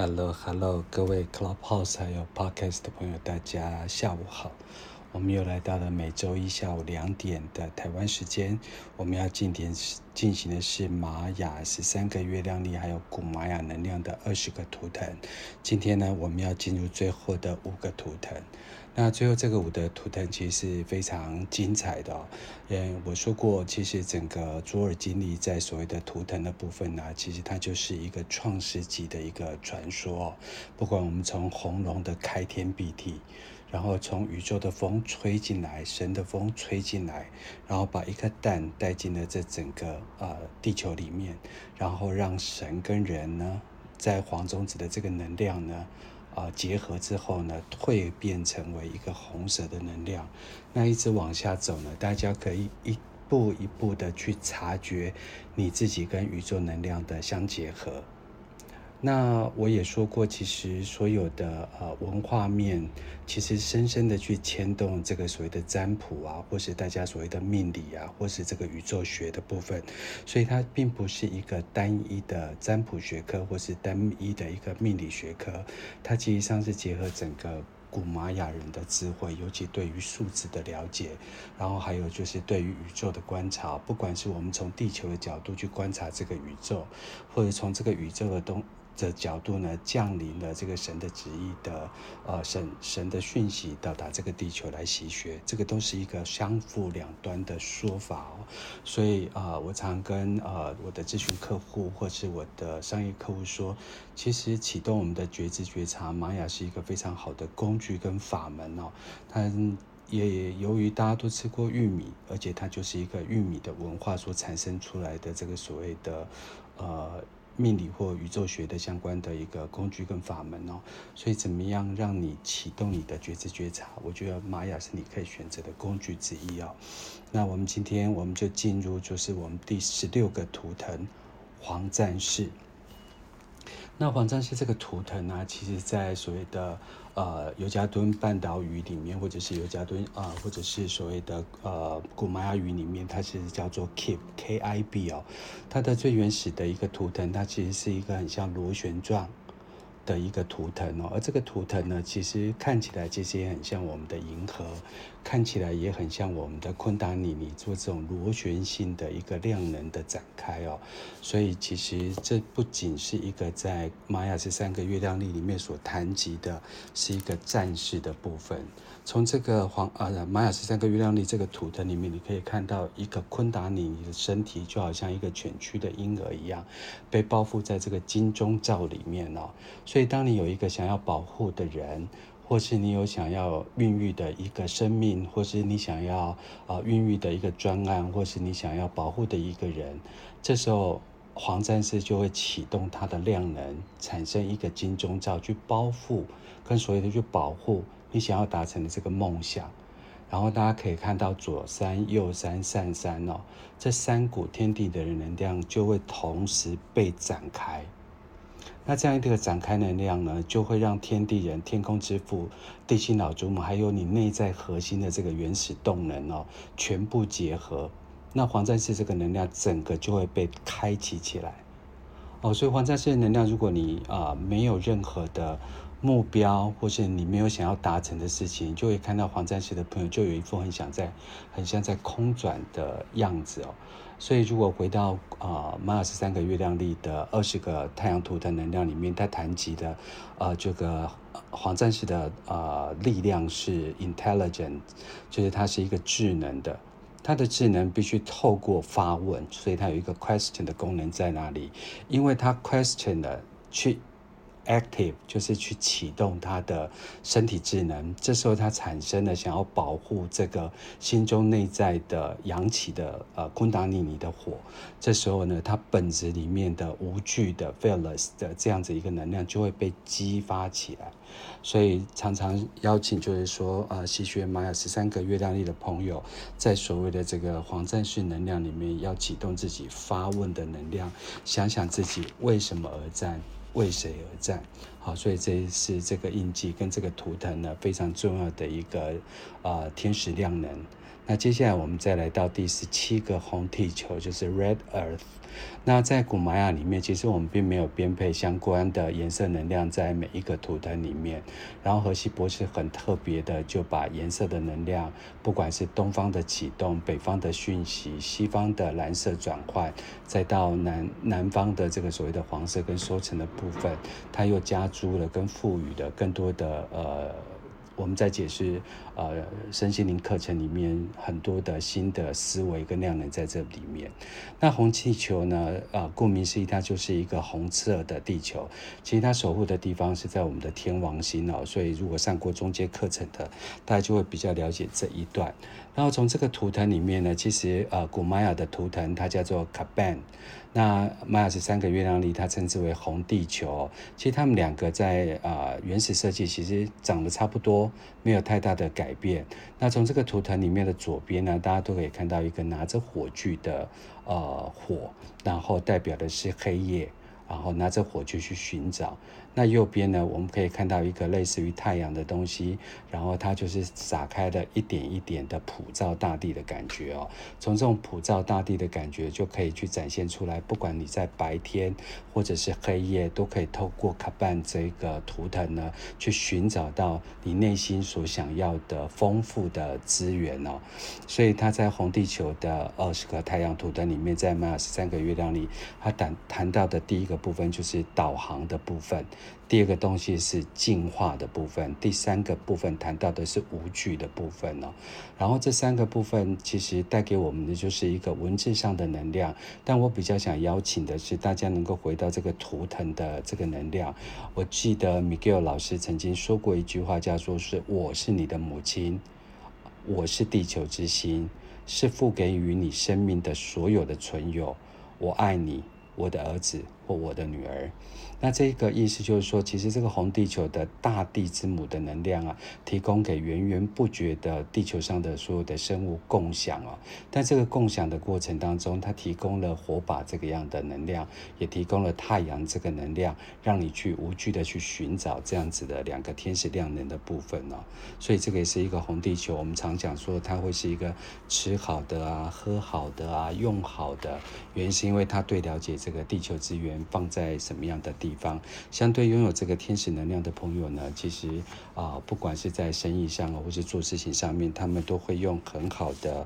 Hello，各位 Clubhouse 还有 Podcast 的朋友，大家下午好。我们又来到了每周一下午2点的台湾时间，我们要进行的是玛雅13个月亮历，还有古玛雅能量的20个图腾。今天呢，我们要进入最后的5个图腾。那最后这个5个图腾其实是非常精彩的我说过，其实整个卓尔金历在所谓的图腾的部分呢，其实它就是一个创世纪的一个传说不管我们从红龙的开天辟地，然后从宇宙的风吹进来，神的风吹进来，然后把一颗蛋带进了这整个地球里面，然后让神跟人呢，在黄种子的这个能量呢结合之后呢，蜕变成为一个红色的能量。那一直往下走呢，大家可以一步一步的去察觉你自己跟宇宙能量的相结合。那我也说过，其实所有的文化面，其实深深的去牵动这个所谓的占卜或是大家所谓的命理或是这个宇宙学的部分，所以它并不是一个单一的占卜学科，或是单一的一个命理学科，它其实上是结合整个古玛雅人的智慧，尤其对于数字的了解，然后还有就是对于宇宙的观察，不管是我们从地球的角度去观察这个宇宙，或者从这个宇宙的角度呢，降临了这个神的旨意的神的讯息到达这个地球来习学，这个都是一个相辅两端的说法所以我常跟我的咨询客户或是我的商业客户说，其实启动我们的觉知觉察，玛雅是一个非常好的工具跟法门它也由于大家都吃过玉米，而且它就是一个玉米的文化所产生出来的这个所谓的命理或宇宙学的相关的一个工具跟法门所以怎么样让你启动你的觉知觉察，我觉得玛雅是你可以选择的工具之一那我们今天我们就进入就是我们第16个图腾黄战士。那黄战士这个图腾其实在所谓的尤加敦半岛语里面，或者是尤加敦或者是所谓的古玛雅语里面，它是叫做 Kib K-I-B 它的最原始的一个图腾，它其实是一个很像螺旋状的一个图腾而这个图腾呢，其实看起来其实也很像我们的银河，看起来也很像我们的昆达尼尼做这种螺旋性的一个量能的展开所以其实这不仅是一个在玛雅13个月亮历里面所谈及的，是一个战士的部分。从这个玛雅13个月亮历这个图腾里面，你可以看到一个昆达尼尼的身体就好像一个蜷曲的婴儿一样，被包覆在这个金钟罩里面所以当你有一个想要保护的人，或是你有想要孕育的一个生命，或是你想要孕育的一个专案，或是你想要保护的一个人，这时候黄战士就会启动它的量能，产生一个金钟罩去包覆跟所谓的去保护你想要达成的这个梦想。然后大家可以看到左山、右山、上山这3股天地的能量就会同时被展开。那这样一个展开能量呢，就会让天地人、天空之父、地心老祖母，还有你内在核心的这个原始动能全部结合。那黄战士这个能量整个就会被开启起来所以黄战士的能量，如果你没有任何的目标，或是你没有想要达成的事情，就会看到黄战士的朋友就有一副很像在空转的样子所以如果回到玛雅13个月亮历的20个太阳图腾能量里面，它谈及的这个黄战士的力量是 intelligent， 就是它是一个智能的，它的智能必须透过发问，所以它有一个 question 的功能在哪里？因为它 question 了去active， 就是去启动他的身体智能，这时候他产生了想要保护这个心中内在的扬起的昆达尼尼的火，这时候呢，他本质里面的无惧的 fearless 的这样子一个能量就会被激发起来。所以常常邀请就是说习学玛雅13个月亮历的朋友，在所谓的这个黄战士能量里面，要启动自己发问的能量，想想自己为什么而战，为谁而战。好，所以这是这个印记跟这个图腾呢非常重要的一个天使量能。 那接下来我们再来到第17个红地球，就是 Red Earth。那在古玛雅里面，其实我们并没有编配相关的颜色能量在每一个图腾里面。然后荷西博士很特别的就把颜色的能量，不管是东方的启动、北方的讯息、西方的蓝色转换，再到南方的这个所谓的黄色跟收成的部分，它又加诸了跟赋予了更多的我们在解释身心灵课程里面很多的新的思维跟量能在这里面。那红气球呢，顾名思义，它就是一个红色的地球。其实它守护的地方是在我们的天王星哦，所以如果上过中阶课程的，大家就会比较了解这一段。然后从这个图腾里面呢，其实古玛雅的图腾它叫做 Kaban， 那玛雅13个月亮历它称之为红地球。其实它们两个在原始设计其实长得差不多，没有太大的改变。那从这个图腾里面的左边呢，大家都可以看到一个拿着火炬的火，然后代表的是黑夜，然后拿着火炬去寻找。那右边呢，我们可以看到一个类似于太阳的东西，然后它就是洒开了一点一点的普照大地的感觉哦。从这种普照大地的感觉，就可以去展现出来，不管你在白天或者是黑夜，都可以透过卡班这个图腾呢，去寻找到你内心所想要的丰富的资源哦。所以它在红地球的20个太阳图腾里面，在玛雅13个月亮里，它谈到的第一个部分就是导航的部分，第二个东西是进化的部分，第三个部分谈到的是无惧的部分哦。然后这三个部分其实带给我们的就是一个文字上的能量，但我比较想邀请的是大家能够回到这个图腾的这个能量。我记得 Miguel 老师曾经说过一句话，叫做是我是你的母亲，我是地球之心，是付给予你生命的所有的存有，我爱你，我的儿子或我的女儿。那这个意思就是说，其实这个红地球的大地之母的能量啊，提供给源源不绝的地球上的所有的生物共享啊。但这个共享的过程当中，它提供了火把这个样的能量，也提供了太阳这个能量，让你去无惧的去寻找这样子的两个天使量能的部分哦。所以这个也是一个红地球，我们常讲说它会是一个吃好的啊、喝好的啊、用好的，原因是因为它对了解这个地球资源放在什么样的地方。相对拥有这个天使能量的朋友呢，其实不管是在生意上或是做事情上面，他们都会用很好的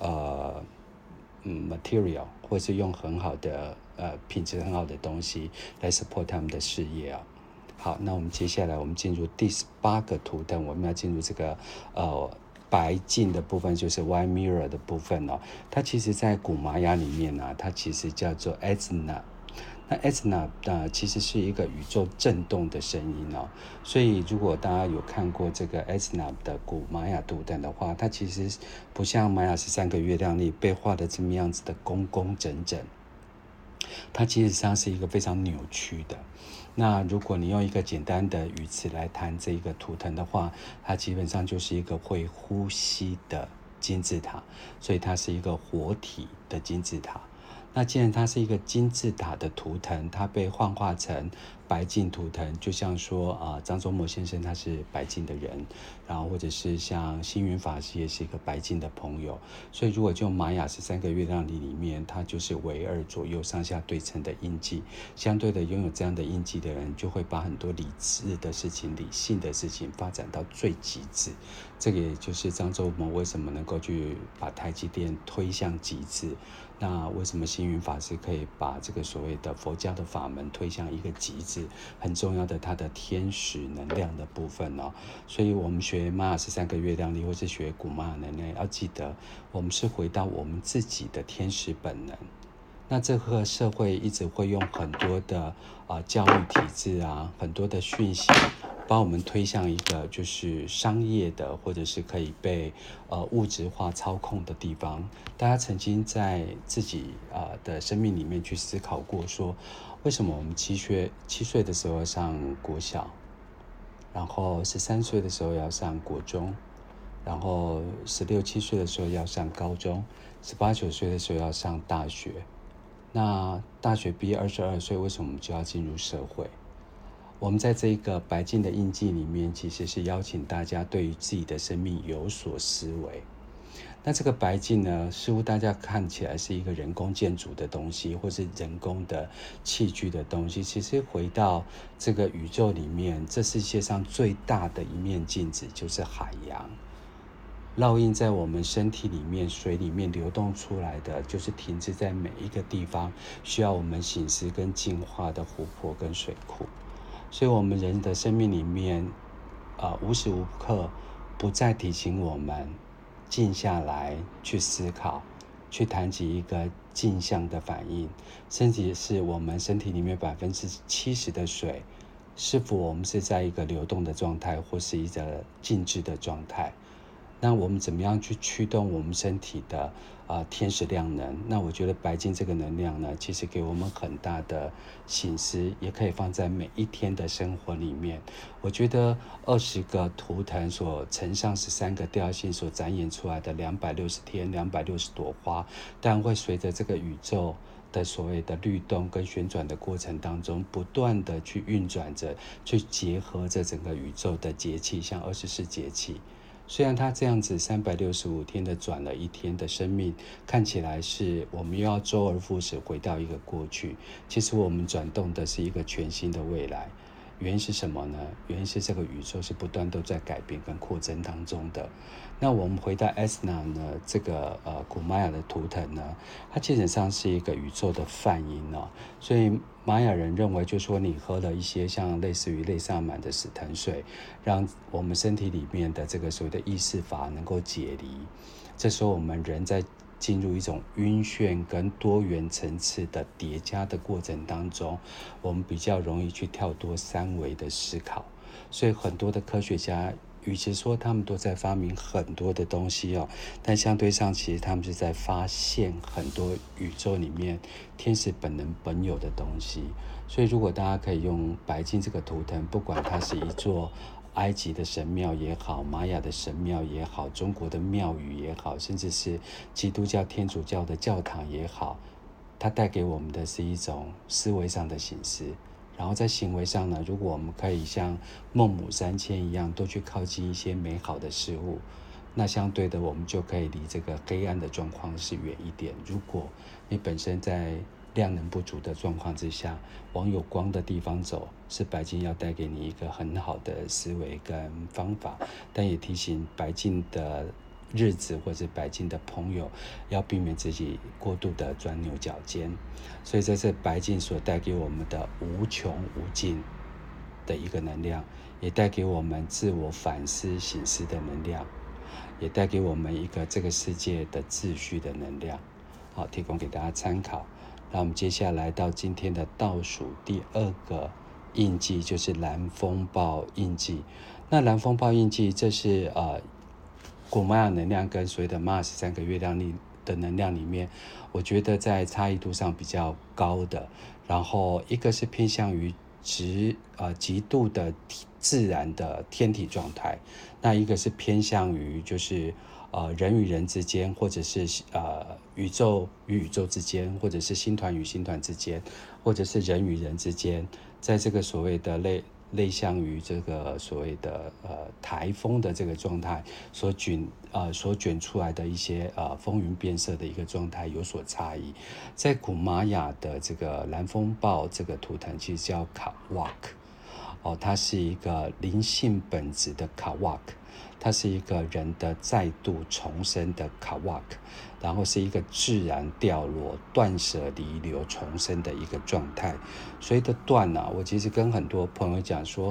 material， 或是用很好的品质很好的东西来 support 他们的事业啊。好，那我们接下来我们进入第18个图腾，我们要进入这个白镜的部分，就是 White Mirror 的部分哦。它其实在古玛雅里面呢，它其实叫做 Ezna。那 Ezna 其实是一个宇宙震动的声音哦，所以如果大家有看过这个 Ezna 的古玛雅图腾的话，它其实不像玛雅13个月亮历被画的这么样子的工工整整，它其实上是一个非常扭曲的。那如果你用一个简单的语词来谈这个图腾的话，它基本上就是一个会呼吸的金字塔，所以它是一个活体的金字塔。那既然它是一个金字塔的图腾，它被幻化成白镜图腾，就像说张忠谋先生他是白镜的人，然后或者是像星云法师也是一个白镜的朋友，所以如果就玛雅13个月亮历里面，它就是为2左右上下对称的印记，相对的拥有这样的印记的人，就会把很多理智的事情、理性的事情发展到最极致。这个也就是张忠谋为什么能够去把台积电推向极致，那为什么星云法师可以把这个所谓的佛教的法门推向一个极致，很重要的它的天使能量的部分哦。所以我们学玛雅13个月亮历，或是学古玛雅能量，要记得我们是回到我们自己的天使本能。那这个社会一直会用很多的教育体制啊，很多的讯息，把我们推向一个就是商业的，或者是可以被物质化操控的地方。大家曾经在自己的生命里面去思考过说，为什么我们7岁的时候要上国小，然后13岁的时候要上国中，然后16、17岁的时候要上高中，18、19岁的时候要上大学。那大学毕业22岁，为什么我们就要进入社会？我们在这一个白镜的印记里面，其实是邀请大家对于自己的生命有所思维。 那这个白净呢，似乎大家看起来是一个人工建筑的东西，或是人工的器具的东西。其实回到这个宇宙里面，这世界上最大的一面镜子就是海洋。烙印在我们身体里面、水里面流动出来的，就是停滞在每一个地方需要我们省思跟净化的湖泊跟水库。所以我们人的生命里面无时无刻不再提醒我们静下来去思考，去谈及一个镜像的反应，甚至是我们身体里面70%的水，是否我们是在一个流动的状态，或是一个静止的状态。那我们怎么样去驱动我们身体的天使量能？那我觉得白金这个能量呢，其实给我们很大的省思，也可以放在每一天的生活里面。我觉得20个图腾所乘上13个调性所展演出来的260天、260朵花，但会随着这个宇宙的所谓的律动跟旋转的过程当中，不断的去运转着，去结合着整个宇宙的节气，像24节气。虽然它这样子365天的转了一天的生命，看起来是我们又要周而复始回到一个过去，其实我们转动的是一个全新的未来。原因是什么呢？原因是这个宇宙是不断都在改变跟扩增当中的。那我们回到 Esna 呢，这个古玛雅的图腾呢，它基本上是一个宇宙的泛音哦。所以玛雅人认为，就说你喝了一些像类似于类萨满的死藤水，让我们身体里面的这个所谓的意识法能够解离。这时候我们人在进入一种晕眩跟多元层次的叠加的过程当中，我们比较容易去跳脱三维的思考。所以很多的科学家，与其说他们都在发明很多的东西哦，但相对上其实他们是在发现很多宇宙里面天使本能本有的东西。所以如果大家可以用白金这个图腾，不管它是一座埃及的神庙也好，玛雅的神庙也好，中国的庙宇也好，甚至是基督教天主教的教堂也好，它带给我们的是一种思维上的省思。然后在行为上呢，如果我们可以像孟母三迁一样，多去靠近一些美好的事物，那相对的我们就可以离这个黑暗的状况是远一点。如果你本身在量能不足的状况之下，往有光的地方走，是白金要带给你一个很好的思维跟方法。但也提醒白金的日子或者白金的朋友，要避免自己过度的钻牛角尖。所以这是白金所带给我们的无穷无尽的一个能量，也带给我们自我反思省思的能量，也带给我们一个这个世界的秩序的能量。好，提供给大家参考。那我们接下来到今天的倒数第2个印记，就是蓝风暴印记。那蓝风暴印记，这是古玛雅能量跟所谓的 Mars 3个月亮的能量里面，我觉得在差异度上比较高的。然后一个是偏向于极度的自然的天体状态，那一个是偏向于就是人与人之间，或者是宇宙与宇宙之间，或者是星团与星团之间，或者是人与人之间，在这个所谓的类向于这个所谓的台风的这个状态所卷出来的一些风云变色的一个状态有所差异。在古玛雅的这个蓝风暴这个图腾其实叫卡瓦克它是一个灵性本质的卡瓦克，它是一个人的再度重生的卡瓦克，然后是一个自然掉落、断舍离流重生的一个状态。所以的断我其实跟很多朋友讲说，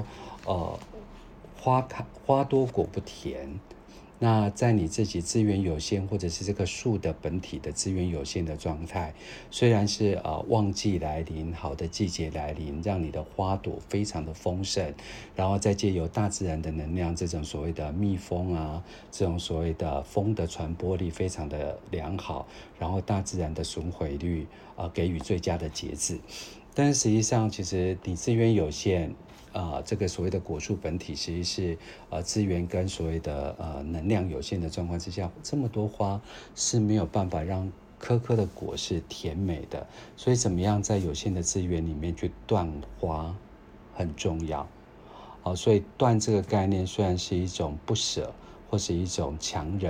花多果不甜。那在你自己资源有限，或者是这个树的本体的资源有限的状态，虽然是旺季来临，好的季节来临，让你的花朵非常的丰盛，然后再借由大自然的能量，这种所谓的蜜蜂这种所谓的风的传播力非常的良好，然后大自然的损毁率给予最佳的节制。但是实际上，其实你资源有限。这个所谓的果树本体其实是资源跟所谓的能量有限的状况之下，这么多花是没有办法让颗颗的果是甜美的。所以怎么样在有限的资源里面去断花很重要。所以断这个概念虽然是一种不舍或是一种强忍，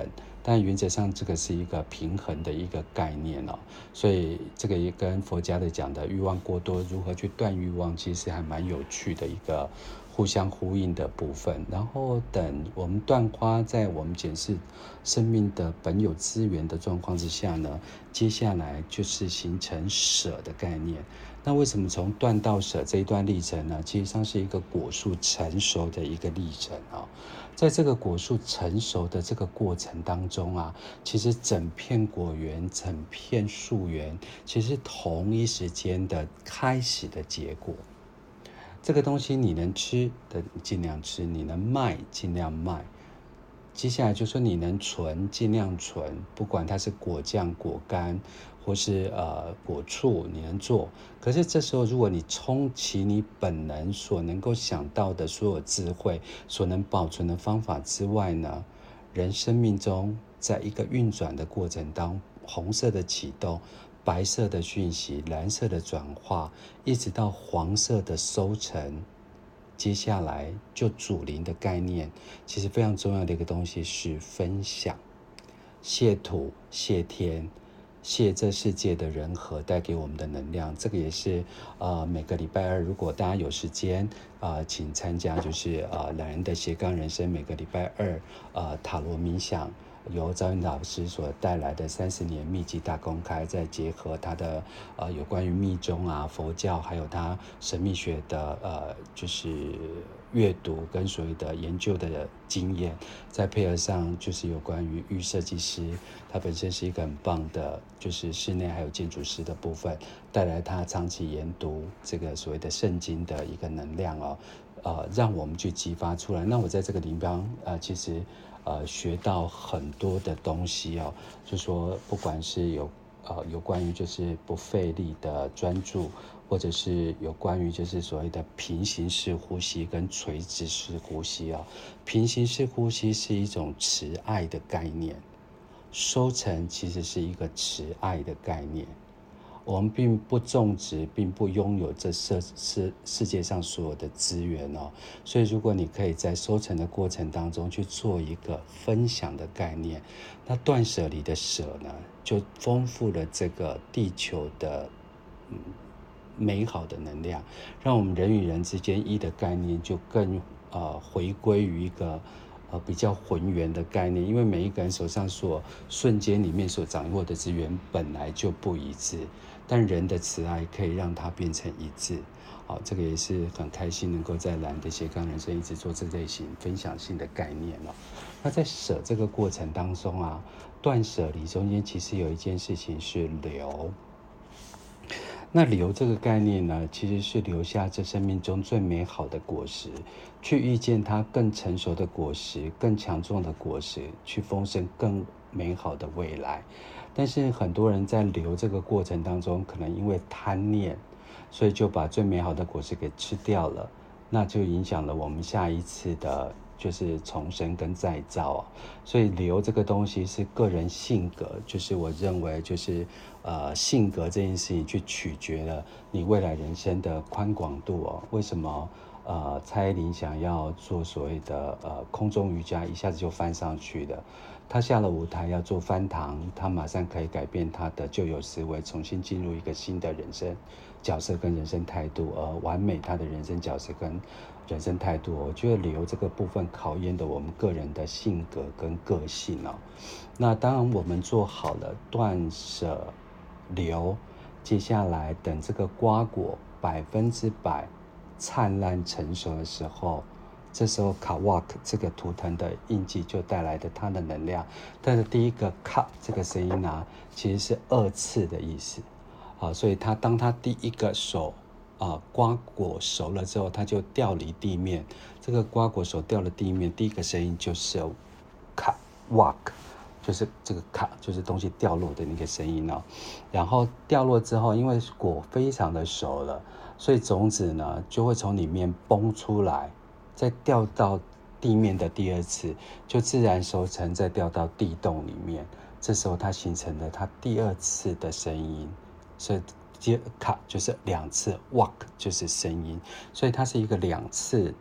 但原则上这个是一个平衡的一个概念哦，所以这个也跟佛家的讲的欲望过多如何去断欲望，其实还蛮有趣的一个互相呼应的部分。然后等我们断花在我们检视生命的本有资源的状况之下呢，接下来就是形成舍的概念。那为什么从断到舍这一段历程呢？其实上是一个果树成熟的一个历程啊。在这个果树成熟的这个过程当中啊，其实整片果园、整片树园，其实同一时间的开始的结果。这个东西你能吃的尽量吃，你能卖尽量卖。接下来就说你能存尽量存，不管它是果酱、果干，或是果醋，你能做。可是这时候，如果你充其你本能所能够想到的所有智慧，所能保存的方法之外呢，人生命中在一个运转的过程当中，红色的启动，白色的讯息，蓝色的转化，一直到黄色的收成。接下来就主灵的概念，其实非常重要的一个东西是分享，谢土谢天，谢这世界的人和带给我们的能量。这个也是每个礼拜二，如果大家有时间请参加，就是懒人的斜杠人生每个礼拜二塔罗冥想。由赵云老师所带来的30年秘籍大公开，再结合他的有关于密宗啊、佛教，还有他神秘学的就是阅读跟所谓的研究的经验，再配合上就是有关于玉设计师，他本身是一个很棒的，就是室内还有建筑师的部分，带来他长期研读这个所谓的圣经的一个能量哦，让我们去激发出来。那我在这个地方其实学到很多的东西哦，就说不管是有关于就是不费力的专注，或者是有关于就是所谓的平行式呼吸跟垂直式呼吸哦。平行式呼吸是一种慈爱的概念，收成其实是一个慈爱的概念。我们并不种植，并不拥有这世界上所有的资源哦，所以如果你可以在收成的过程当中去做一个分享的概念，那断舍离的舍呢，就丰富了这个地球的美好的能量，让我们人与人之间一的概念就更回归于一个比较浑圆的概念，因为每一个人手上所瞬间里面所掌握的资源本来就不一致，但人的慈爱可以让它变成一致。好，这个也是很开心能够在蓝的斜杠人生一直做这类型分享性的概念哦。那在舍这个过程当中啊，断舍离中间其实有一件事情是留。那留这个概念呢，其实是留下这生命中最美好的果实，去遇见它更成熟的果实，更强壮的果实，去丰盛更美好的未来。但是很多人在留这个过程当中，可能因为贪念，所以就把最美好的果实给吃掉了，那就影响了我们下一次的就是重生跟再造啊。所以留这个东西是个人性格，就是我认为就是性格这件事情去取决了你未来人生的宽广度哦。为什么蔡依林想要做所谓的空中瑜伽，一下子就翻上去的？她下了舞台要做翻堂，她马上可以改变她的旧有思维，重新进入一个新的人生角色跟人生态度，而完美她的人生角色跟人生态度。我觉得留这个部分考验的我们个人的性格跟个性哦。那当然我们做好了断舍留，接下来等这个瓜果100%灿烂成熟的时候，这时候卡瓦克这个图腾的印记就带来的它的能量。但是第一个卡这个声音啊，其实是2次的意思所以当它第一个手瓜果熟了之后，它就掉离地面。这个瓜果手掉了地面，第一个声音就是卡瓦克，就是这个卡，就是东西掉落的那个声音哦。然后掉落之后，因为果非常的熟了，所以种子呢就会从里面崩出来，再掉到地面的第2次，就自然熟成，再掉到地洞里面。这时候它形成了它第2次的声音，所以卡就是2次 ，walk 就是声音，所以它是一个2次的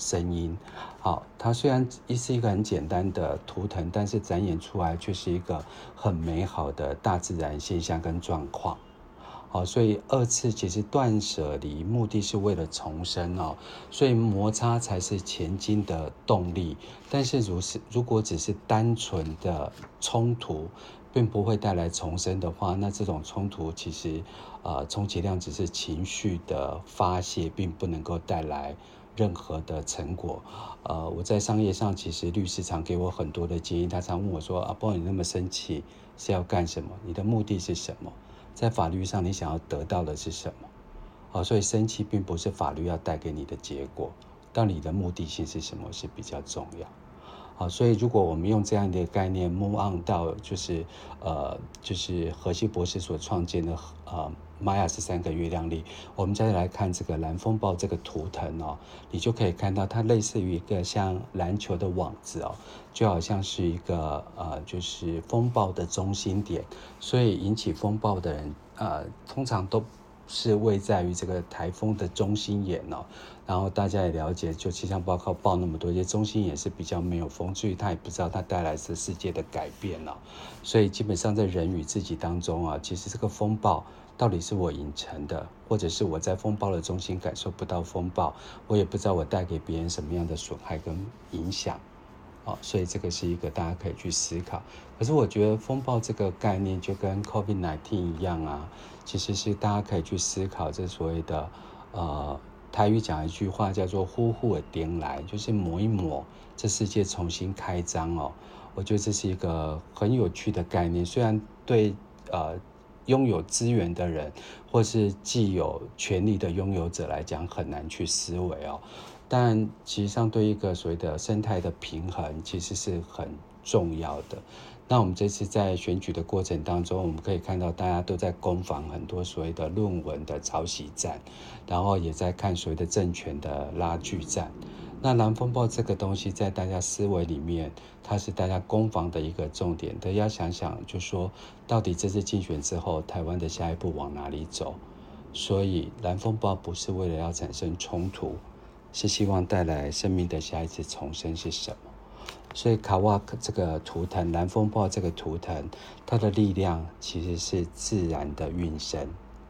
声音。好，它虽然是一个很简单的图腾，但是展演出来却是一个很美好的大自然现象跟状况。好，所以二次其实断舍离目的是为了重生哦，所以摩擦才是前进的动力。但是如果只是单纯的冲突，并不会带来重生的话，那这种冲突其实充其量只是情绪的发泄，并不能够带来任何的成果。我在商业上，其实律师常给我很多的建议，他常问我说：“阿波，你那么生气是要干什么？你的目的是什么？在法律上，你想要得到的是什么？”所以生气并不是法律要带给你的结果，但你的目的性是什么是比较重要。所以如果我们用这样的概念 move on 到就是荷西博士所创建的玛雅13个月亮历，我们再来看这个蓝风暴这个图腾你就可以看到它类似于一个像篮球的网子就好像是一个就是风暴的中心点，所以引起风暴的人通常都是位在于这个台风的中心眼然后大家也了解，就气象报告报那么多，中心眼是比较没有风，所以他也不知道它带来是世界的改变所以基本上在人与自己当中其实这个风暴到底是我引成的，或者是我在风暴的中心感受不到风暴，我也不知道我带给别人什么样的损害跟影响所以这个是一个大家可以去思考。可是我觉得风暴这个概念就跟 COVID-19 一样其实是大家可以去思考这所谓的台语讲一句话叫做呼呼的点来，就是抹一抹这世界重新开张我觉得这是一个很有趣的概念，虽然对拥有资源的人或是既有权力的拥有者来讲很难去思维但其实上对一个所谓的生态的平衡其实是很重要的。那我们这次在选举的过程当中，我们可以看到大家都在攻防很多所谓的论文的抄袭战，然后也在看所谓的政权的拉锯战。那蓝风暴这个东西在大家思维里面，它是大家攻防的一个重点，大家要想想就说到底这次竞选之后台湾的下一步往哪里走。所以蓝风暴不是为了要产生冲突，是希望带来生命的下一次重生是什么。所以卡瓦这个图腾，蓝风暴这个图腾，它的力量其实是自然的运生，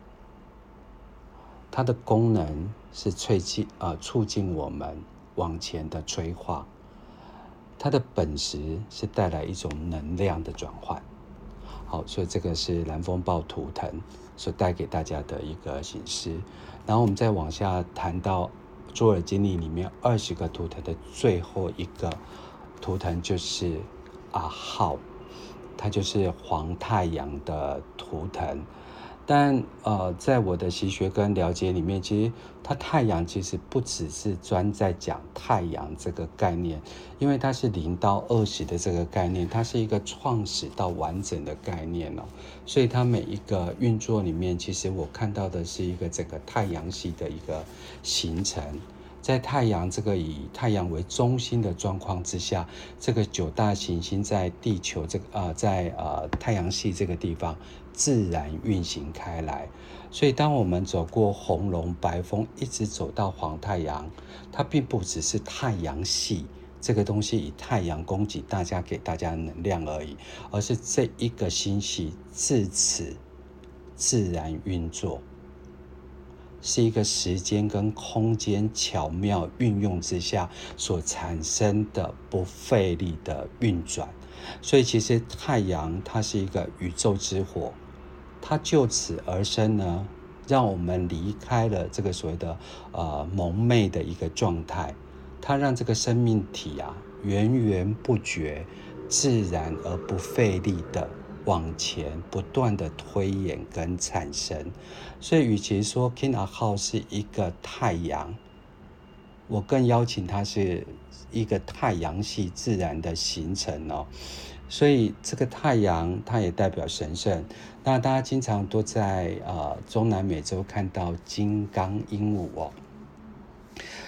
它的功能是促进我们往前的催化，它的本质是带来一种能量的转换。好，所以这个是蓝风暴图腾所带给大家的一个形式。然后我们再往下谈到卓尔金历里面20个图腾的最后一个图腾就是阿浩，它就是黄太阳的图腾。但在我的习学跟了解里面，其实它太阳其实不只是专在讲太阳这个概念，因为它是0到20的这个概念，它是一个创始到完整的概念所以它每一个运作里面，其实我看到的是一个整个太阳系的一个形成。在太阳这个以太阳为中心的状况之下，这个9大行星在地球在太阳系这个地方自然运行开来。所以当我们走过红龙白风一直走到黄太阳，它并不只是太阳系这个东西以太阳供给大家给大家的能量而已，而是这一个星系自此自然运作，是一个时间跟空间巧妙运用之下所产生的不费力的运转。所以其实太阳它是一个宇宙之火，它就此而生呢，让我们离开了这个所谓的蒙昧的一个状态，它让这个生命体源源不绝自然而不费力的往前不断的推演跟产生。所以与其说 King 阿浩是一个太阳，我更邀请它是一个太阳系自然的形成所以这个太阳它也代表神圣。那大家经常都在中南美洲看到金刚鹦鹉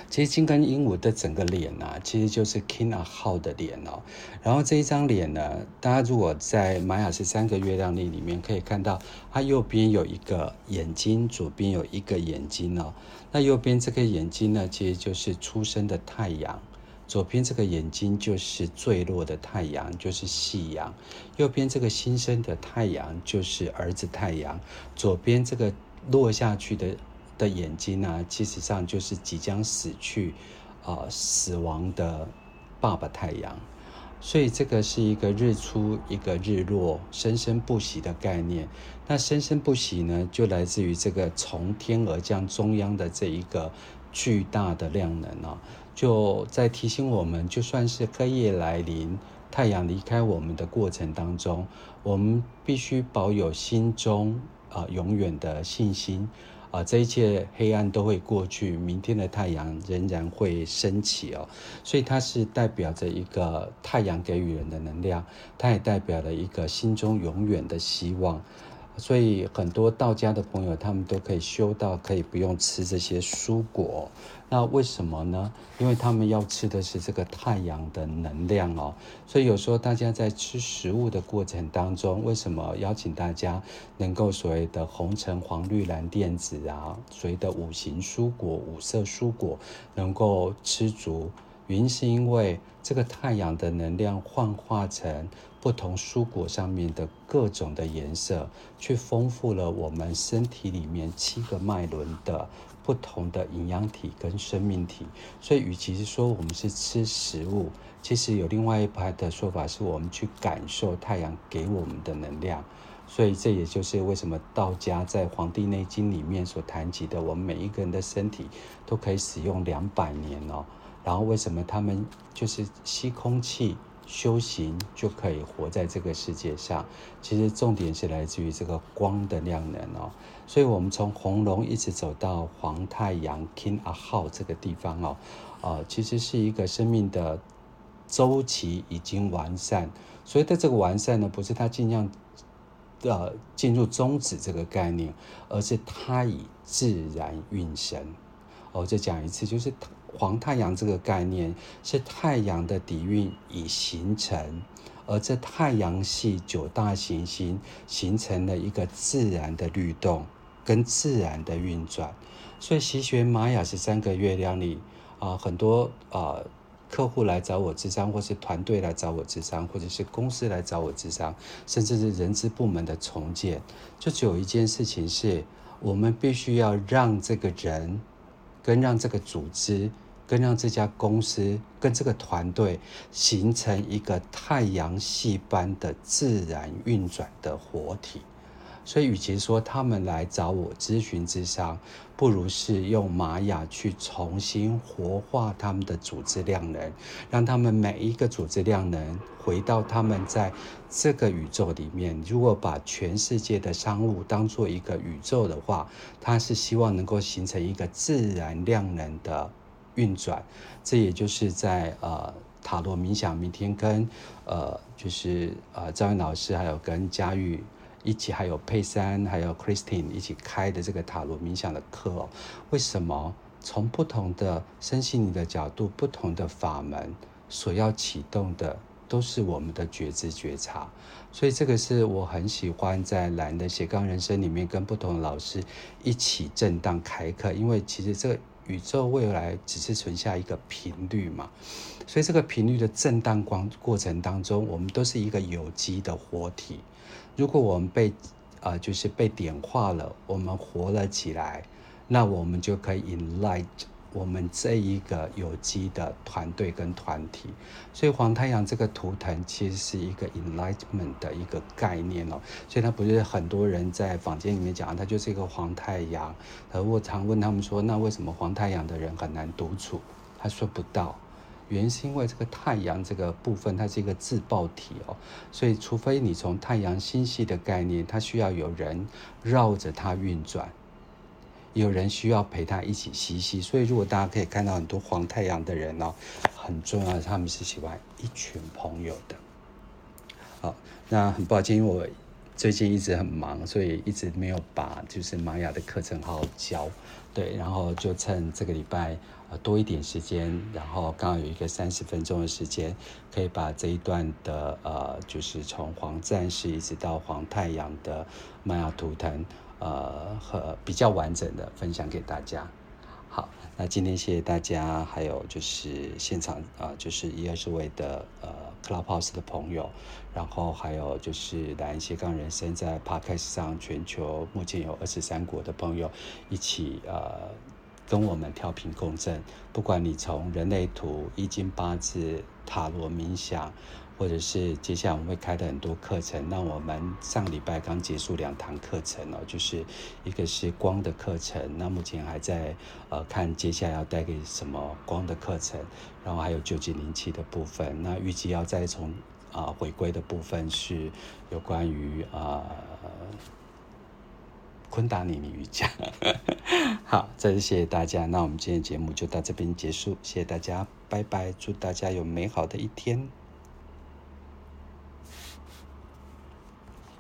其实金跟鹦鹉的整个脸啊，其实就是 King 阿浩的脸哦。然后这一张脸呢，大家如果在玛雅13个月亮历里面可以看到，它右边有一个眼睛，左边有一个眼睛哦。那右边这个眼睛呢，其实就是出生的太阳。左边这个眼睛就是坠落的太阳，就是夕阳；右边这个新生的太阳就是儿子太阳；左边这个落下去的眼睛呢，其实上就是即将死去，死亡的爸爸太阳。所以这个是一个日出，一个日落，生生不息的概念。那生生不息呢，就来自于这个从天而降中央的这一个巨大的量能啊，就在提醒我们，就算是黑夜来临，太阳离开我们的过程当中，我们必须保有心中永远的信心。这一切黑暗都会过去，明天的太阳仍然会升起哦。所以它是代表着一个太阳给予人的能量，它也代表了一个心中永远的希望。所以很多道家的朋友，他们都可以修到可以不用吃这些蔬果。那为什么呢？因为他们要吃的是这个太阳的能量哦。所以有时候大家在吃食物的过程当中，为什么邀请大家能够所谓的红橙黄绿蓝靛紫啊，所谓的五行蔬果、五色蔬果能够吃足？原因是因为这个太阳的能量幻化成不同蔬果上面的各种的颜色，去丰富了我们身体里面7个脉轮的不同的营养体跟生命体。所以与其是说我们是吃食物，其实有另外一派的说法是我们去感受太阳给我们的能量。所以这也就是为什么道家在《黄帝内经》里面所谈及的，我们每一个人的身体都可以使用200年哦。然后为什么他们就是吸空气修行就可以活在这个世界上？其实重点是来自于这个光的量能哦。所以我们从红龙一直走到黄太阳 King 阿浩这个地方哦，其实是一个生命的周期已经完善。所以的这个完善呢，不是它尽量进入终止这个概念，而是它以自然运生。再讲一次，就是黄太阳这个概念是太阳的底蕴已形成，而这太阳系9大行星形成了一个自然的律动跟自然的运转。所以习学玛雅13个月亮里很多客户来找我咨商，或是团队来找我咨商，或者是公司来找我咨商，甚至是人资部门的重建，就只有一件事情是，我们必须要让这个人跟让这个组织跟让这家公司跟这个团队形成一个太阳系般的自然运转的活体。所以与其说他们来找我咨询咨商，不如是用玛雅去重新活化他们的组织量能，让他们每一个组织量能回到他们在这个宇宙里面。如果把全世界的商务当作一个宇宙的话，它是希望能够形成一个自然量能的运转。这也就是在塔罗冥想明天跟赵云老师还有跟嘉玉一起，还有佩珊还有 Christine 一起开的这个塔罗冥想的课哦。为什么？从不同的身心灵的角度，不同的法门所要启动的都是我们的觉知觉察。所以这个是我很喜欢在蓝的斜杠人生里面跟不同的老师一起震荡开课，因为其实这个宇宙未来只是存下一个频率嘛，所以这个频率的震荡过程当中，我们都是一个有机的活体。如果我们就是被点化了，我们活了起来，那我们就可以 enlight 我们这一个有机的团队跟团体。所以黄太阳这个图腾其实是一个 enlightenment 的一个概念哦。所以它不是很多人在坊间里面讲，它就是一个黄太阳。而我常问他们说，那为什么黄太阳的人很难独处？他说不到。原因是因为这个太阳这个部分它是一个自爆体哦，所以除非你从太阳星系的概念，它需要有人绕着它运转，有人需要陪他一起嬉戏。所以如果大家可以看到很多黄太阳的人哦，很重要的他们是喜欢一群朋友的。好，那很抱歉，因为我最近一直很忙，所以一直没有把就是玛雅的课程好好教，对，然后就趁这个礼拜多一点时间，然后刚好有一个30分钟的时间，可以把这一段的就是从黄战士一直到黄太阳的玛雅图腾和比较完整的分享给大家。好，那今天谢谢大家，还有就是现场就是120位的Clubhouse 的朋友，然后还有就是蓝斜杠人生在 Podcast 上全球目前有23国的朋友一起跟我们调频共振，不管你从人类图、易经八字、塔罗冥想，或者是接下来我们会开的很多课程。那我们上礼拜刚结束2堂课程就是一个是光的课程，那目前还在看接下来要带给什么光的课程，然后还有9级灵气的部分。那预计要再从回归的部分是有关于昆达尼尼瑜伽。好，再次谢谢大家，那我们今天的节目就到这边结束，谢谢大家，拜拜，祝大家有美好的一天。